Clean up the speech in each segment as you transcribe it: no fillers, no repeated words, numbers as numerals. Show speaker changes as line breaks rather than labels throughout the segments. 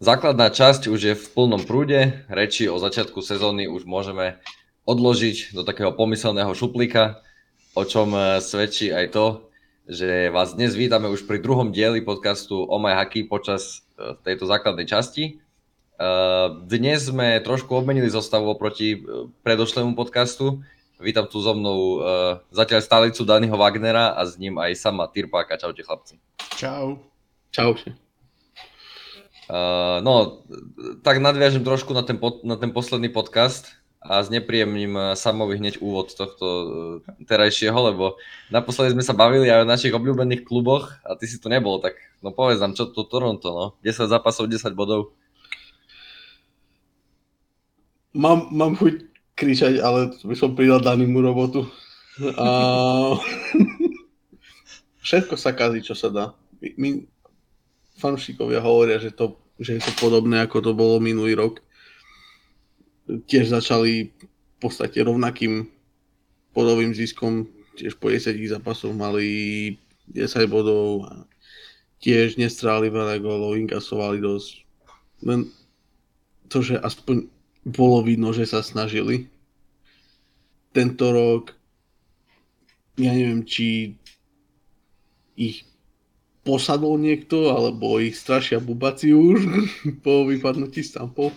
Základná časť už je v plnom prúde, reči o začiatku sezóny už môžeme odložiť do takého pomyselného šuplíka, o čom svedčí aj to, že vás dnes vítame už pri druhom dieli podcastu Oh My Hockey počas tejto základnej časti. Dnes sme trošku obmenili zostavu oproti predošlému podcastu. Vítam tu so mnou zatiaľ stálicu Daniho Wagnera a s ním aj sama Tyrpáka. Čaute chlapci.
Čau.
Čaute.
No, tak nadviažem trošku na ten posledný podcast a znepríjemním Samovi hneď úvod tohto terajšieho, lebo naposledy sme sa bavili aj o našich obľúbených kluboch a ty si tu nebol, tak no povedz nám, čo to Toronto, no? 10 zápasov, 10 bodov.
Mám chuť kričať, ale by som pridal Danimu robotu. Všetko sa kazí, čo sa dá. My fanúšikovia hovoria, že je to podobné, ako to bolo minulý rok. Tiež začali v podstate rovnakým bodovým ziskom, tiež po 10 zápasoch mali 10 bodov a tiež nestráli veľa gólov, inkasovali dosť. Len to, že aspoň bolo vidno, že sa snažili. Tento rok, ja neviem, či ich posadol niekto, alebo ich strašia bubaci už po vypadnutí stampov.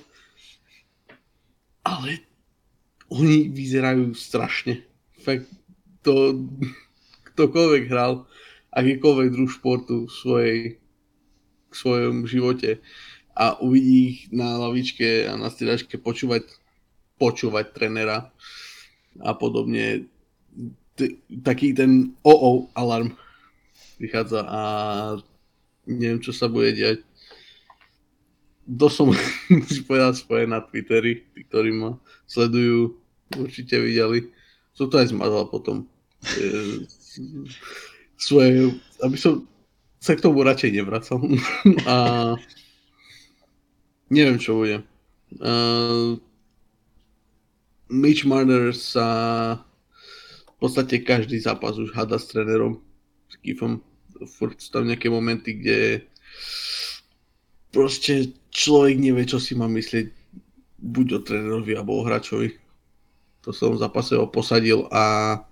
Ale oni vyzerajú strašne. Fakt, to ktokoľvek hral akýkoľvek druh športu v svojom živote a uvidí ich na lavičke a na striedačke počúvať trénera a podobne. Taký ten alarm vychádza a neviem, čo sa bude diať. Som si povedal svoje na Twitteri, tí, ktorí ma sledujú, určite videli. Som to aj zmazal potom. Svoje, aby som sa k tomu radšej nevracal. A neviem, čo bude. Mitch Marner sa v podstate každý zápas už hada s trénerom, s Keithom. Furt sú tam nejaké momenty, kde proste človek nevie, čo si má myslieť buď o trénerovi, alebo o hráčovi. To som v zápase ho posadil a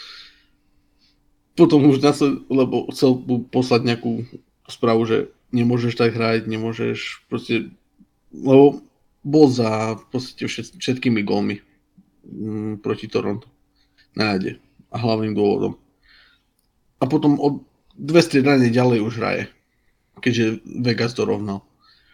potom už lebo chcel poslať nejakú správu, že nemôžeš tak hrať, nemôžeš proste, lebo bol za v podstate všetkými gólmi proti Toronto na ľade a hlavným dôvodom. A potom od 2 striedanie ďalej už hraje, keďže Vegas dorovnal.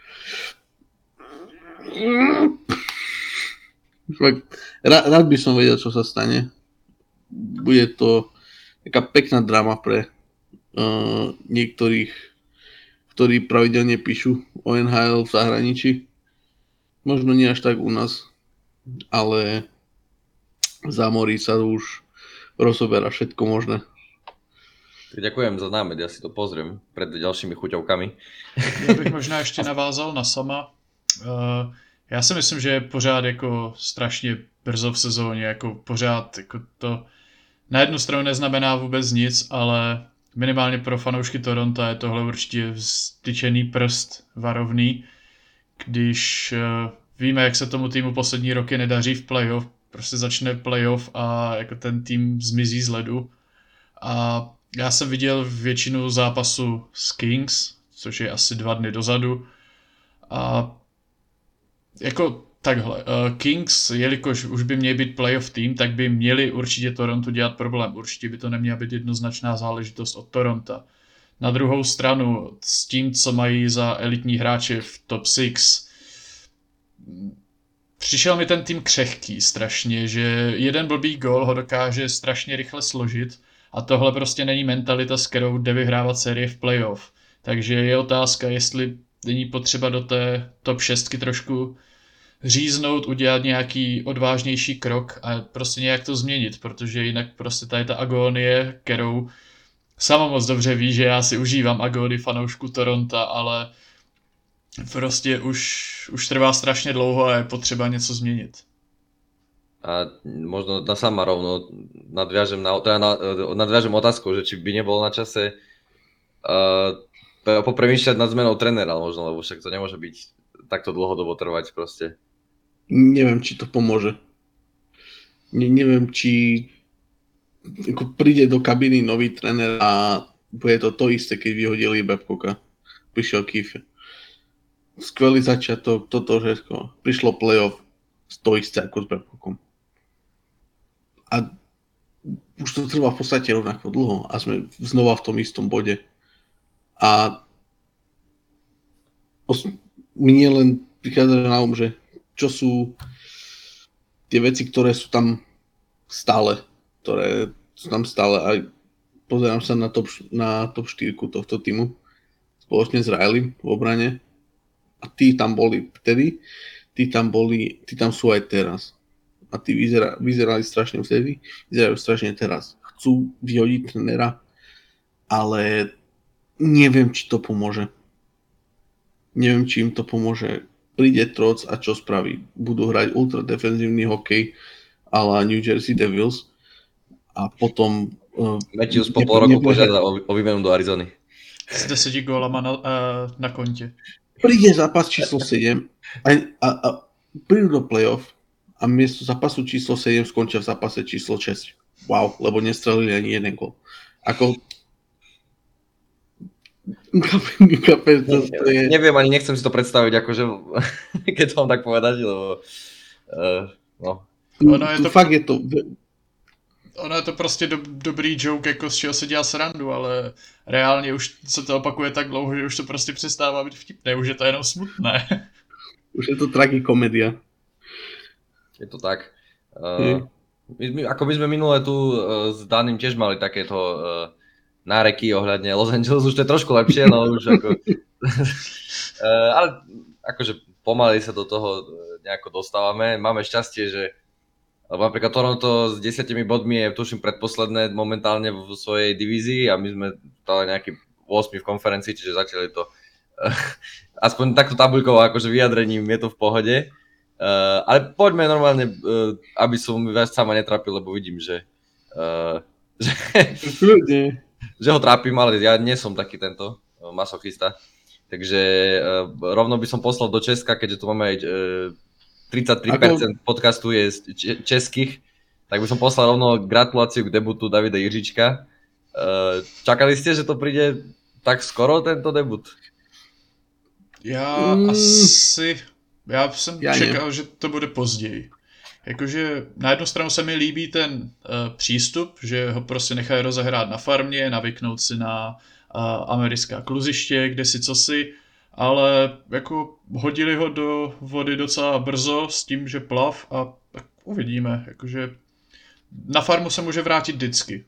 Rád by som vedel, čo sa stane. Bude to taká pekná drama pre niektorých, ktorí pravidelne píšu o NHL v zahraničí. Možno nie až tak u nás, ale v zámorí sa už rozoberá všetko možné.
Ďakujem za námed, ja si to pozriem pred ďalšími chuťovkami.
Já bych možná ještě navázal na Sama. Já si myslím, že je pořád jako strašně brzo v sezóně, jako pořád jako to na jednu stranu neznamená vůbec nic, ale minimálně pro fanoušky Toronto je tohle určitě vztyčený prst varovný, když víme, jak se tomu týmu poslední roky nedaří v playoff, prostě začne playoff a jako ten tým zmizí z ledu. A já jsem viděl většinu zápasu s Kings, což je asi 2 dny dozadu. A jako takhle, Kings, jelikož už by měli být playoff tým, tak by měli určitě Toronto dělat problém. Určitě by to neměla být jednoznačná záležitost od Toronto. Na druhou stranu, s tím, co mají za elitní hráče v top 6, přišel mi ten tým křehký strašně, že jeden blbý gól ho dokáže strašně rychle složit a tohle prostě není mentalita, s kterou jde vyhrávat série v playoff. Takže je otázka, jestli není potřeba do té top 6 trošku říznout, udělat nějaký odvážnější krok a prostě nějak to změnit, protože jinak prostě tady ta agónie, kterou sama moc dobře ví, že já si užívám agóny fanoušku Toronto, ale prostě už trvá strašně dlouho a je potřeba něco změnit.
A možno na sama rovno nadviažem otázkou, že či by nebolo na čase popremýšľať nad zmenou trénera možno, lebo však to nemôže byť takto dlhodobo trvať proste.
Neviem, či to pomôže. Neviem, či ako príde do kabiny nový tréner a bude to isté, keď vyhodili Babcocka. Prišiel Keefe. Skvelý začiatok, toto všetko. Prišlo playoff, to isté ako s Babcockom. A už to trvá v podstate rovnako dlho a sme znova v tom istom bode. A mne len prichádza na že čo sú tie veci, ktoré sú tam stále. A pozerám sa na top 4 tohto týmu spoločne s Rileym v obrane. A tí tam boli vtedy, tí tam sú aj teraz. A tí vyzerali strašne vtedy, vyzerajú strašne teraz. Chcú vyhodiť trenera, ale neviem, či to pomôže. Neviem, či im to pomôže. Príde Troc a čo spraví? Budú hrať ultra defenzívny hokej a la New Jersey Devils a potom...
Matthews po pol roku požiada o výmenu do Arizony.
S 10 gólama na konte.
Príde zápas číslo 7 a prídu do playoff a miesto zápasu číslo 7 skončia v zápase číslo 6. Wow, lebo nestrelili ani jeden gól. Ako...
Neviem, ani nechcem si to predstaviť, akože, keď to mám tak povedať, lebo... no.
Ono je to prostě dobrý joke, jako z čeho se dělá srandu, ale reálně už se to opakuje tak dlouho, že už to prostě přestává být vtipné, už je to jenom smutné.
Už je to tragikomédia.
Je to tak. My sme minule tu s Danim tiež mali takéto náreky ohľadne Los Angeles, už to je trošku lepšie, no už ako... ale akože pomaly sa do toho nejako dostávame. Máme šťastie, že lebo napríklad Toronto s 10 bodmi je tuším predposledné momentálne v svojej divízii a my sme stále nejaký 8 v konferencii, čiže zatiaľ je to aspoň takto tabuľkovo akože vyjadrením je to v pohode. Ale poďme normálne, aby som vás sama netrapil, lebo vidím, že ho trápim, ale ja nie som taký tento masochista. Takže rovno by som poslal do Česka, keďže tu máme aj 33% podcastu je českých, tak by som poslal rovno gratuláciu k debutu Davida Jiříčka. Čakali ste, že to príde tak skoro, tento debut?
Já jsem čekal, že to bude později. Jakože na jednu stranu se mi líbí ten přístup, že ho prostě nechají rozehrát na farmě, navyknout si na americká kluziště, kde si cosi, ale jako hodili ho do vody docela brzo s tím, že plav a tak uvidíme. Jakože na farmu se může vrátit vždycky.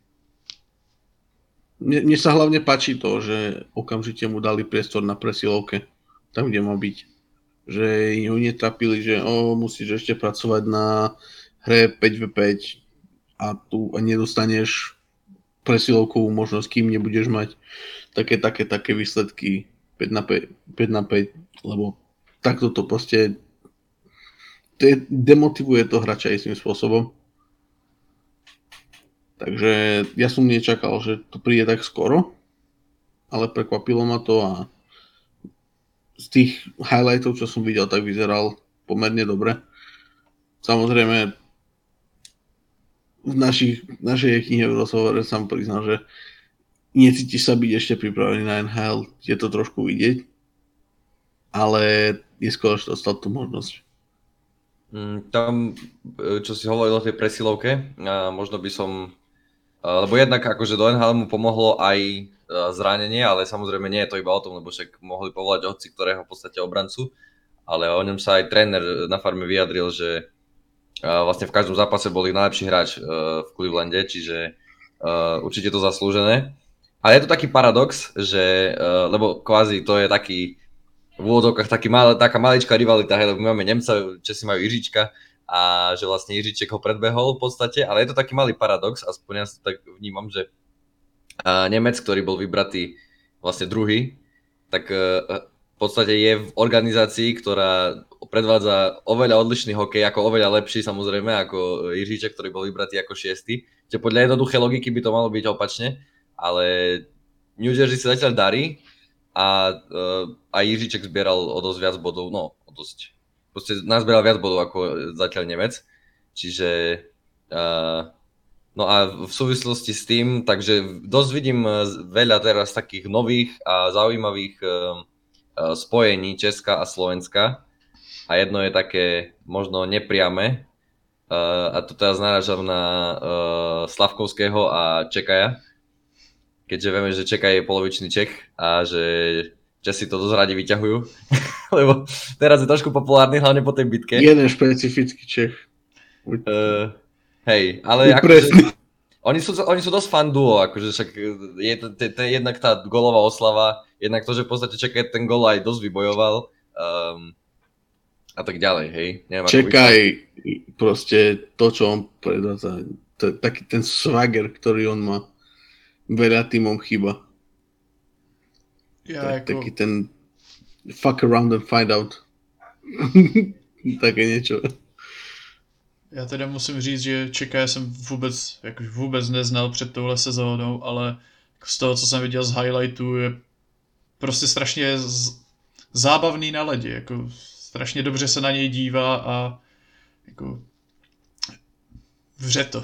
Mne sa hlavne páči to, že okamžite mu dali priestor na presilovke, tam, kde má byť. Že ho netrapili, že musíš ešte pracovať na hre 5v5 a tu nedostaneš presilovkovú možnosť, kým nebudeš mať také výsledky 5 na 5, lebo takto to proste demotivuje to hráča istým spôsobom. Takže ja som nečakal, že to príde tak skoro, ale prekvapilo ma to a z tých highlightov, čo som videl, tak vyzeral pomerne dobre. Samozrejme, v našej knihe v rozhovore som priznal, že necítiš sa byť ešte pripravený na NHL, je to trošku vidieť, ale je skoro, že dostal tú možnosť.
Tam, čo si hovoril o tej presilovke, možno by som, lebo jednak akože do NHL mu pomohlo aj zranenie, ale samozrejme nie je to iba o tom, lebo však mohli povolať hoci ktorého v podstate obrancu, ale o ňom sa aj tréner na farme vyjadril, že vlastne v každom zápase bol ich najlepší hráč v Clevelande, čiže určite to zaslúžené. Ale je to taký paradox, že, lebo kvázi to je taký v úvodzovkách taká maličká rivalita, lebo my máme Nemca, Česi majú Jiříčka a že vlastne Jiříček ho predbehol v podstate, ale je to taký malý paradox, aspoň ja sa tak vnímam, že Nemec, ktorý bol vybratý vlastne druhý, tak v podstate je v organizácii, ktorá predvádza oveľa odlišný hokej, ako oveľa lepší samozrejme ako Jiříček, ktorý bol vybratý ako 6. Čiže podľa jednoduchej logiky by to malo byť opačne, ale New Jersey sa zatiaľ darí a Jiříček zbieral o dosť viac bodov, no o proste nazbieral viac bodov ako zatiaľ Nemec, čiže no a v súvislosti s tým, takže dosť vidím veľa teraz takých nových a zaujímavých spojení Česka a Slovenska a jedno je také možno nepriame a to teraz narážam na Slavkovského a Čekaja, keďže vieme, že Čekaj je polovičný Čech a že Česi to dosť radi vyťahujú, lebo teraz je trošku populárny, hlavne po tej bitke.
Jeden špecifický Čech.
Hej, ale akože, oni sú dosť fan duo, akože však je jednak tá golová oslava, jednak to, že v podstate Čekaj ten gól aj dosť vybojoval a tak ďalej, hej. Neviem,
Čekaj, proste to, čo on predvádza, taký ten swagger, ktorý on má, veľa týmom chyba. Taký ten fuck around and find out. Také niečo.
Já teda musím říct, že Čekaje jsem vůbec neznal před touhle sezónou, ale z toho, co jsem viděl z highlightů, je prostě strašně zábavný na ledě, jako strašně dobře se na něj dívá a jako vře to.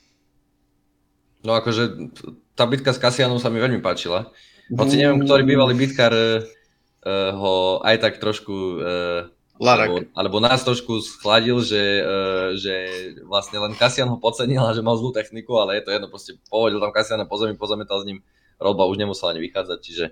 No akože tá bitka s Kasianom sa mi veľmi páčila. Hoci neviem, ktorý bývalý bitkár ho aj tak trošku alebo nás trošku schladil, že vlastne len Kasian ho podcenil a že mal zlú techniku, ale je to jedno, proste pohodil tam Kasiana po zemi, pozametal s ním, Rolba už nemusel ani vychádzať, čiže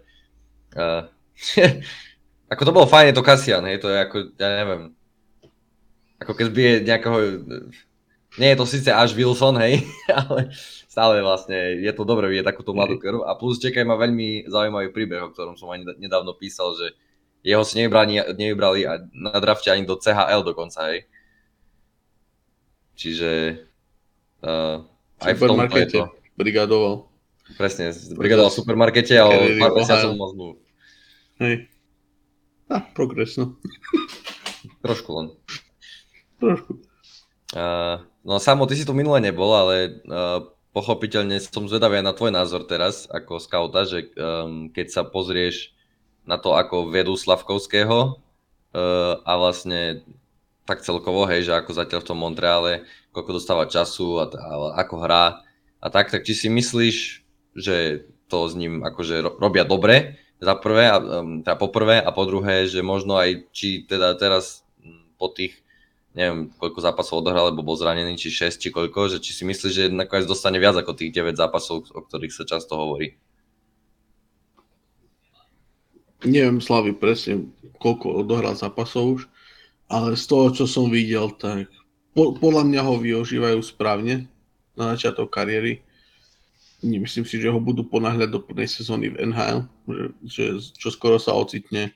ako to bolo fajn, je to Kasian, hej, to je ako, ja neviem, ako keď zbije nejakého, nie je to síce až Wilson, hej, ale stále vlastne je to dobré vidieť takúto mladú krv a plus Čekaj má veľmi zaujímavý príbeh, o ktorom som aj nedávno písal, že jeho si nevybrali a na drafte ani do CHL dokonca, hej. Čiže aj v tomto je to.
Brigadoval.
Presne, brigadoval v supermarkete a o pár mesiacov mal zmluvu.
Hej. Progres, no.
Trošku len.
Trošku.
No Samo, ty si tu minule nebol, ale pochopiteľne som zvedavý aj na tvoj názor teraz ako skauta, že keď sa pozrieš na to, ako vedú Slavkovského a vlastne tak celkovo, hej, že ako zatiaľ v tom Montreale, koľko dostáva času a ako hrá a tak či si myslíš, že to s ním akože robia dobre, za prvé, teda po prvé a po druhé, že možno aj či teda teraz po tých neviem, koľko zápasov odohral, lebo bol zranený, či 6, či koľko, že či si myslíš, že nakoniec dostane viac ako tých 9 zápasov, o ktorých sa často hovorí?
Neviem, Slavy, presne, koľko odohral zápasov už, ale z toho, čo som videl, tak podľa mňa ho využívajú správne na začiatok kariéry. Nemyslím si, že ho budú ponáhľať do plnej sezóny v NHL, že čo skoro sa ocitne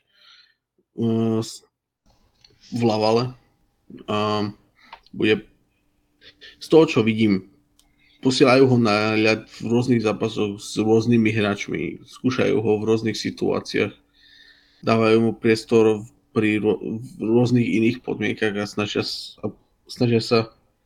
v Lavale. Bude z toho, čo vidím, posielajú ho na ľad v rôznych zápasoch s rôznymi hráčmi, skúšajú ho v rôznych situáciách, dávajú mu priestor v rôznych iných podmienkach a snažia sa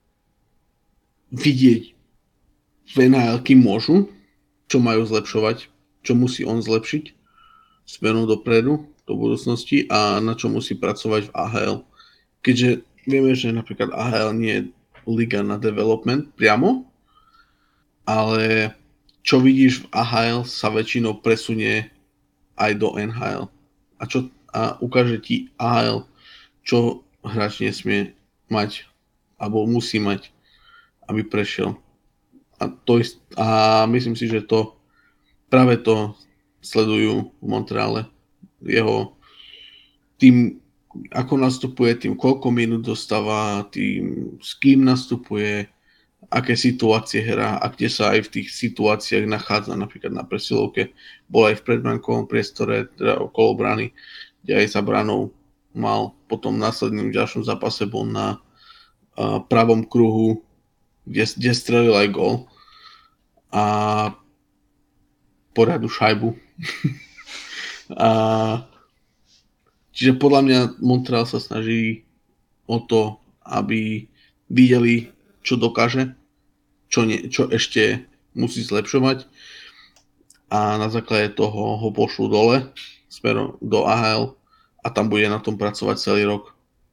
vidieť v NHL, kým môžu, čo majú zlepšovať, čo musí on zlepšiť smerom dopredu, do budúcnosti a na čo musí pracovať v AHL. Keďže vieme, že napríklad AHL nie je liga na development priamo, ale čo vidíš v AHL sa väčšinou presunie aj do NHL. A ukáže ti AHL, čo hráč nesmie mať, alebo musí mať, aby prešiel. A myslím si, že práve to sledujú v Montreale. Jeho tým, ako nastupuje, tým koľko minút dostáva, tým s kým nastupuje, aké situácie hrá a kde sa aj v tých situáciách nachádza, napríklad na presilovke. Bol aj v predbrankovom priestore, teda okolo brány, kde aj za branou mal, potom následným ďalšom zápase bol na pravom kruhu, kde strelil aj gól a poriadnu šajbu. Čiže podľa mňa Montreal sa snaží o to, aby videli, čo dokáže, čo ešte musí zlepšovať a na základe toho ho pošlú dole smerom do AHL a a tam bude na tom pracovať celý rok.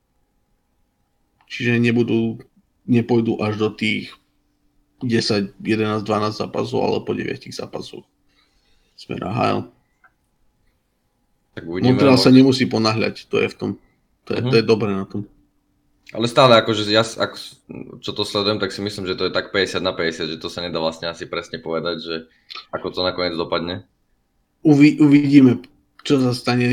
Čiže nepôjdu až do tých 10, 11, 12 zápasov, ale po 9 zápasoch. Sme na HL.
Tak uvidíme.
Montreal sa nemusí ponáhľať, to je v tom. To je dobré na tom.
Ale stále, akože ja, čo to sledujem, tak si myslím, že to je tak 50/50, že to sa nedá vlastne asi presne povedať, že ako to nakoniec dopadne.
Uvidíme, čo sa stane.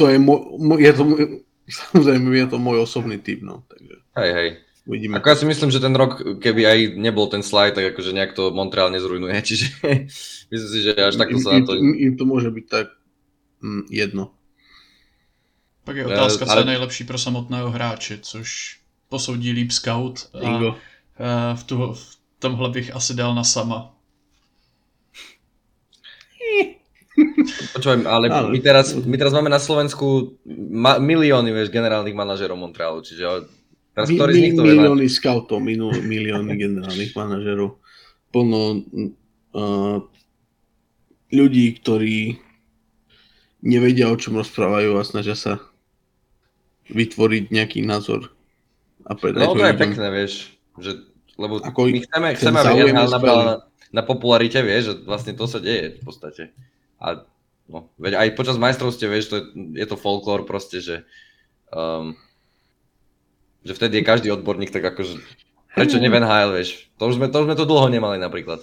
Samozrejme, je to môj osobný typ, no. Takže
Hej.
uvidíme.
Ako ja si myslím, že ten rok, keby aj nebol ten slide, tak akože nejak to Montreal nezrujnuje, čiže myslím si, že až takto sa na to...
Im to môže byť tak jedno.
Pak je otázka, co je nejlepší pro samotného hráče, což posoudí líp scout a v tomhle bych asi dal na sama.
Počúvaj, ale my teraz máme na Slovensku milióny, generálnych manažerov Montrealu, čiže teraz ktorý z nich to vie?
Milióny scoutov, milióny generálnych manažerov. Plno ľudí, ktorí nevedia, o čom rozprávajú a snažia sa vytvoriť nejaký názor a predať.
No to je pekné, vieš, že, lebo my chceme aby NHL nabral na popularite, vieš, že vlastne to sa deje v podstate. A no, veď aj počas majstrovstiev, vieš, je to folklór proste, že vtedy je každý odborník tak akože, prečo nie v NHL, vieš, to už sme to dlho nemali napríklad.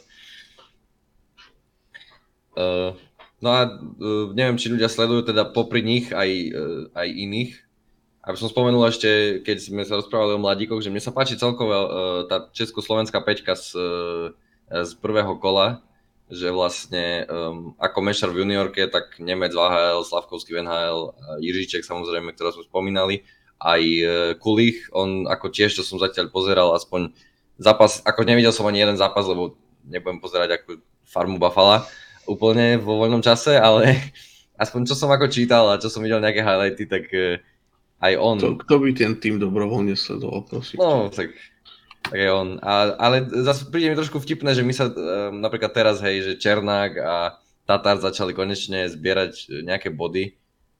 No a neviem, či ľudia sledujú teda popri nich aj iných. Aby som spomenul ešte, keď sme sa rozprávali o mladíkoch, že mne sa páči celkovo tá československá peťka z prvého kola, že vlastne ako Mešar v juniorke, tak Nemec v AHL, Slavkovský v NHL, Jiříček samozrejme, ktorého sme spomínali, aj Kulich, on ako tiež, čo som zatiaľ pozeral, aspoň zápas, ako nevidel som ani jeden zápas, lebo nebudem pozerať ako farmu Buffalo úplne vo voľnom čase, ale aspoň čo som ako čítal a čo som videl nejaké highlighty, tak aj on.
Kto by ten tým dobrovoľne sledoval, prosím?
No, tak je on. Ale zase príde mi trošku vtipné, že my sa napríklad teraz, hej, že Černák a Tatar začali konečne zbierať nejaké body.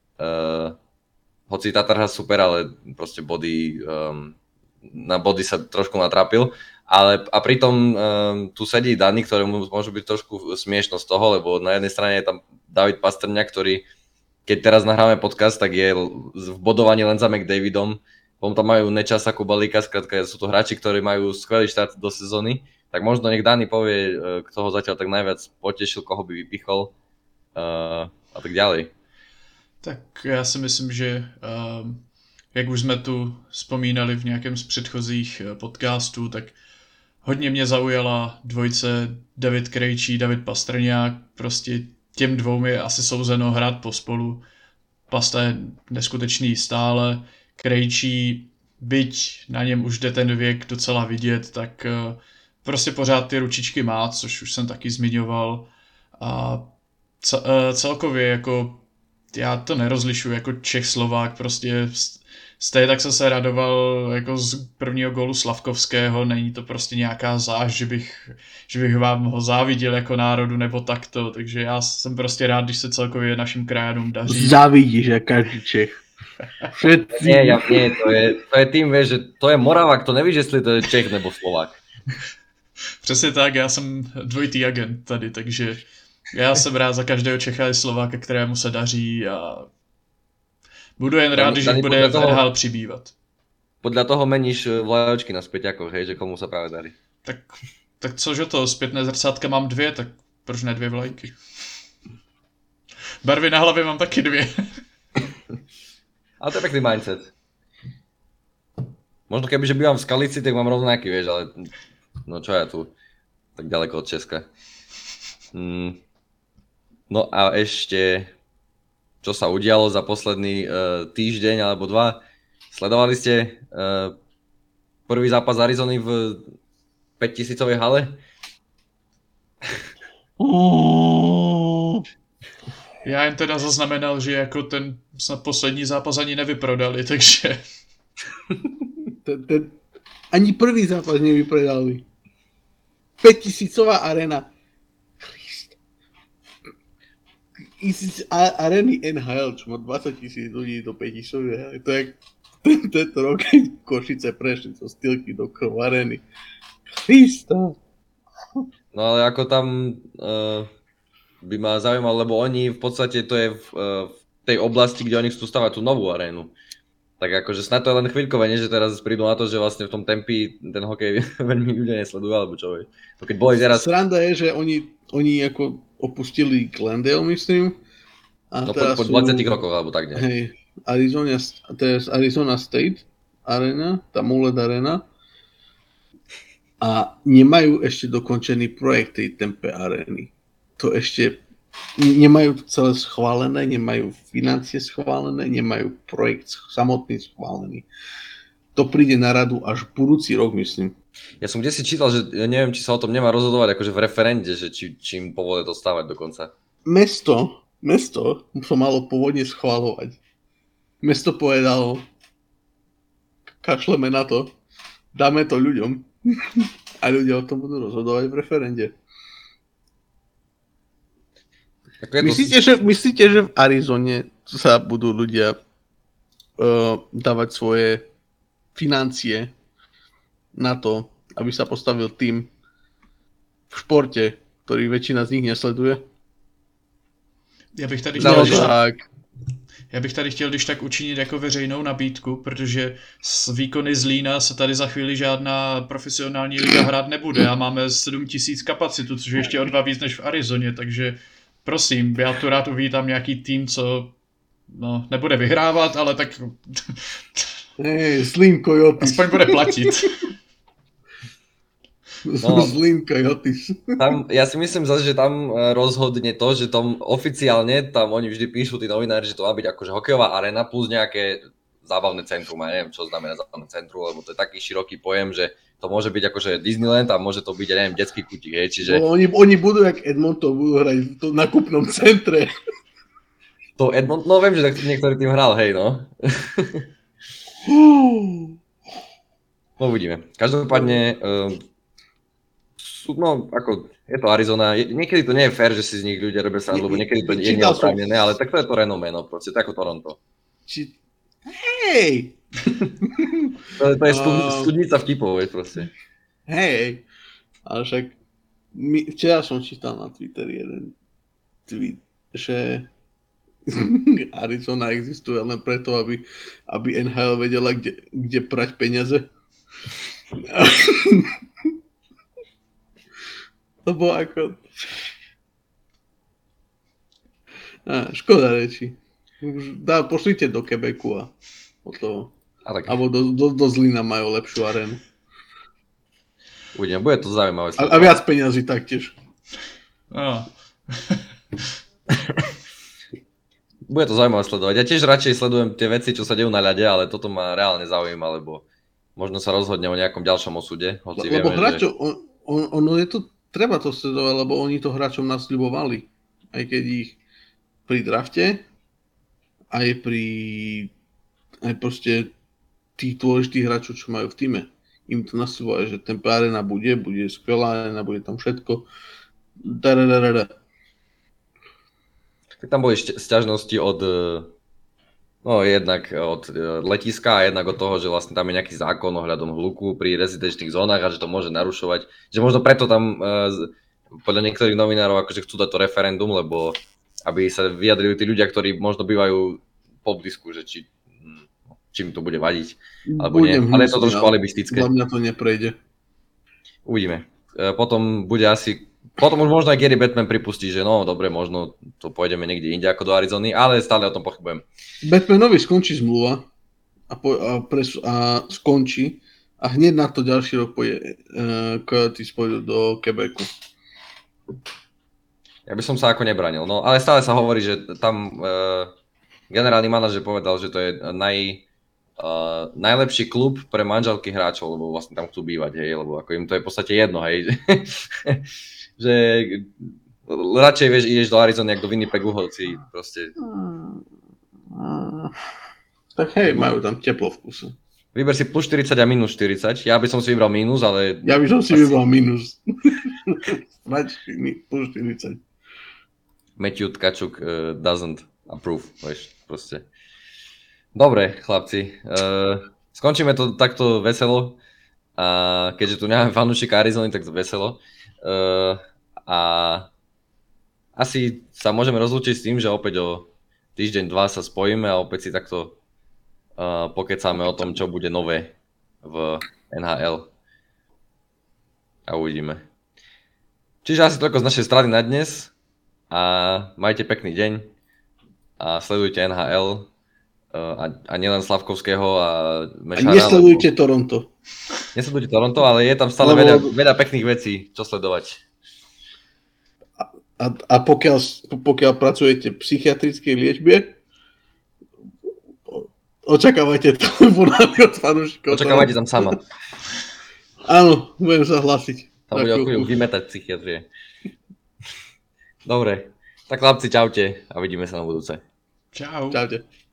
Hoci Tatar has super, ale proste body, na body sa trošku natrápil. A pritom tu sedí Dani, ktoré môžu byť trošku smiešno z toho, lebo na jednej strane je tam David Pastrňák, ktorý keď teraz nahráme podcast, tak je v bodovaní len za McDavidom. Potom tam majú Nečasa, Kubalíka, skrátka sú to hráči, ktorí majú skvelý štart do sezóny. Tak možno nech Dani povie, kto ho zatiaľ tak najviac potešil, koho by vypichol a tak ďalej.
Tak já si myslím, že jak už jsme tu vzpomínali v nějakém z předchozích podcastů, tak hodně mě zaujala dvojce David Krejčí, David Pastrňák, prostě těm dvou je asi souzeno hrát pospolu. Pasta je neskutečný stále. Krejčí, byť na něm už jde ten věk docela vidět, tak prostě pořád ty ručičky má, což už jsem taky zmiňoval. A celkově jako já to nerozlišuji jako Čech, Slovák, prostě stejně tak jsem se radoval jako z prvního gólu Slavkovského, není to prostě nějaká záž, že bych vám ho záviděl jako národu nebo takto, takže já jsem prostě rád, když se celkově našim krajanům daří.
Závidíš, jak každý Čech. Všetci.
Nie, to je tým, vieš, že to je Moravák, to nevíš, jestli to je Čech nebo Slovák.
Přesně tak, já jsem dvojitý agent tady, takže já jsem rád za každého Čecha i Slováka, kterému se daří a budu jen rád, když bude v NHL přibývat.
Podľa toho meníš vlajočky na späťakoch, hej, že komu sa práve darí.
Tak cože to, zpětné zrcátka mám 2, tak proč ne 2 vlajky? Barvy na hlavě mám taky 2.
Ale to je pekný mindset. Možno kebyže bývam v Skalici, tak mám rovnaký, vieš, ale no čo ja tu, tak ďaleko od Česka. No a ešte, čo sa udialo za posledný týždeň alebo 2. Sledovali ste prvý zápas Arizony v 5000-ovej hale?
Já jen teda zaznamenal, že jako ten snad poslední zápas ani nevyprodali, takže...
Ani prvý zápas nevyprodali. 5000-ová arena. Areny NHL, čo má 20,000 ľudí do 5 to je tento rok Košice prešli zo Stýlky do Krv Areny. Krista.
No ale ako tam by ma zaujímalo, lebo oni v podstate to je v tej oblasti, kde oni chcú stavať tú novú arénu. Tak akože snad to je len chvíľkové, nie že teraz prídu na to, že vlastne v tom Tempi ten hokej veľmi ľudia nesledujú, alebo čo je. To keď boli teraz...
Sranda je, že oni ako opustili Glendale, myslím. A
No
teraz
po 20 rokoch, alebo tak nie.
Hej, teraz Arizona State Arena, tá Mullet Arena. A nemajú ešte dokončený projekt tej Tempe Areny. To ešte nemajú to celé schválené, nemajú financie schválené, nemajú projekt samotný schválený. To príde na radu až budúci rok, myslím.
Ja som kde si čítal, že ja neviem, či sa o tom nemá rozhodovať akože v referende, že či im povolia to stavať dokonca.
Mesto to malo pôvodne schváľovať. Mesto povedalo, kašleme na to, dáme to ľuďom a ľudia o tom budú rozhodovať v referende. Myslíte, že v Arizone sa budú ľudia dávať svoje financie na to, aby sa postavil tým v športe, ktorý väčšina z nich nesleduje?
Já bych tady chtěl, když tak učinit jako veřejnou nabídku, protože s výkony Zlína se tady za chvíli žádná profesionální liga hrát nebude a máme 7,000 kapacitu, což je ještě o 2 víc než v Arizoně, takže prosím, já tu rád uvítám nějaký tým, co nebude vyhrávat, ale tak
Zlín Coyotes.
aspoň bude platit.
Zlín Coyotes.
Ja si myslím zase, že tam rozhodne to, že tam oficiálne, tam oni vždy píšu tí novinári, že to má byť akože hokejová arena plus nejaké zábavné centrum. Ja neviem, čo znamená zábavné centrum, lebo to je taký široký pojem, že to môže byť akože Disneyland a môže to byť, ja neviem, detský kutík, hej, čiže...
No, oni budú, jak Edmonton, budú hrať v tom nakupnom centre.
To Edmonton, no viem, že niektorý tým hral, hej, no. No uvidíme. Každopádne, no ako, je to Arizona, niekedy to nie je fér, že si z nich ľudia robia srandu, lebo niekedy to je neoprávnené, ale tak to je to renomé, no proste, to je ako Toronto.
Hej!
To je studnica vtipov, vieš proste.
Hej, ale však včera som čítal na Twitteri jeden tweet, že Arizona existuje len preto, aby NHL vedela, kde prať peniaze. Lebo ako... škoda reči. Pošlite do Quebecu a alebo do Zlína majú lepšiu arénu.
Uvidíme, bude to zaujímavé sledovať.
A viac peňazí taktiež.
Bude to zaujímavé sledovať. Ja tiež radšej sledujem tie veci, čo sa dejú na ľade, ale toto ma reálne zaujíma, lebo možno sa rozhodne o nejakom ďalšom osude.
Lebo hráčov, ono je to, treba to sledovať, lebo oni to hráčom nasľubovali. Aj keď ich pri drafte, aj proste tých dôležitých hráčov, čo majú v týme. Im to nasľubovali, že Tempe Arena bude skvelá arena, bude tam všetko.
Tak tam boli sťažnosti jednak od letiska a jednak od toho, že vlastne tam je nejaký zákon ohľadom hluku pri rezidenčných zónach a že to môže narušovať. Že možno preto tam podľa niektorých novinárov akože chcú dať to referendum, lebo aby sa vyjadrili tí ľudia, ktorí možno bývajú po blízku, že čím to bude vadiť, alebo nie. Ale je to trošku alibistické.
Dla mňa to neprejde.
Uvidíme. Potom už možno aj Gary Bettman pripustí, že no dobre, možno to pôjdeme niekde inde ako do Arizony, ale stále o tom pochybujem.
Bettmanovi skončí zmluva a skončí a hneď na to ďalší rok Coyotes pôjdu do Quebecu.
Ja by som sa ako nebranil, no ale stále sa hovorí, že tam generálny manažer povedal, že to je najlepší klub pre manželky hráčov, lebo vlastne tam chcú bývať, hej, lebo ako im to je v podstate jedno, hej, že radšej ideš do Arizony, ako do Winnipegu, hoci proste.
Tak hej, majú tam teplo v kuse.
Vyber si plus 40 a minus 40, ja by som si vybral minus, ale...
Ja by som si vybral minus. Plus 40.
Matthew Tkachuk doesn't approve, vieš, proste. Dobre, chlapci, skončíme to takto veselo, a keďže tu nemáme fanúšika Arizony, tak to veselo. A asi sa môžeme rozlúčiť s tým, že opäť o týždeň, dva sa spojíme a opäť si takto pokecáme o tom, čo bude nové v NHL. A uvidíme. Čiže asi toľko z našej strany na dnes a majte pekný deň a sledujte NHL a nielen Slavkovského a Mešara.
A nesledujte Toronto.
Nesledujte Toronto, ale je tam stále veľa pekných vecí, čo sledovať.
A pokiaľ pracujete v psychiatrickej liečbe, očakávajte telefonáty od fanúšikov.
Očakávajte tam sama.
Áno, budem sa hlásiť.
Tam bude okolo vymetať psychiatrie. Dobre, tak chlapci, čaute a vidíme sa na budúce.
Čau.
Čaute.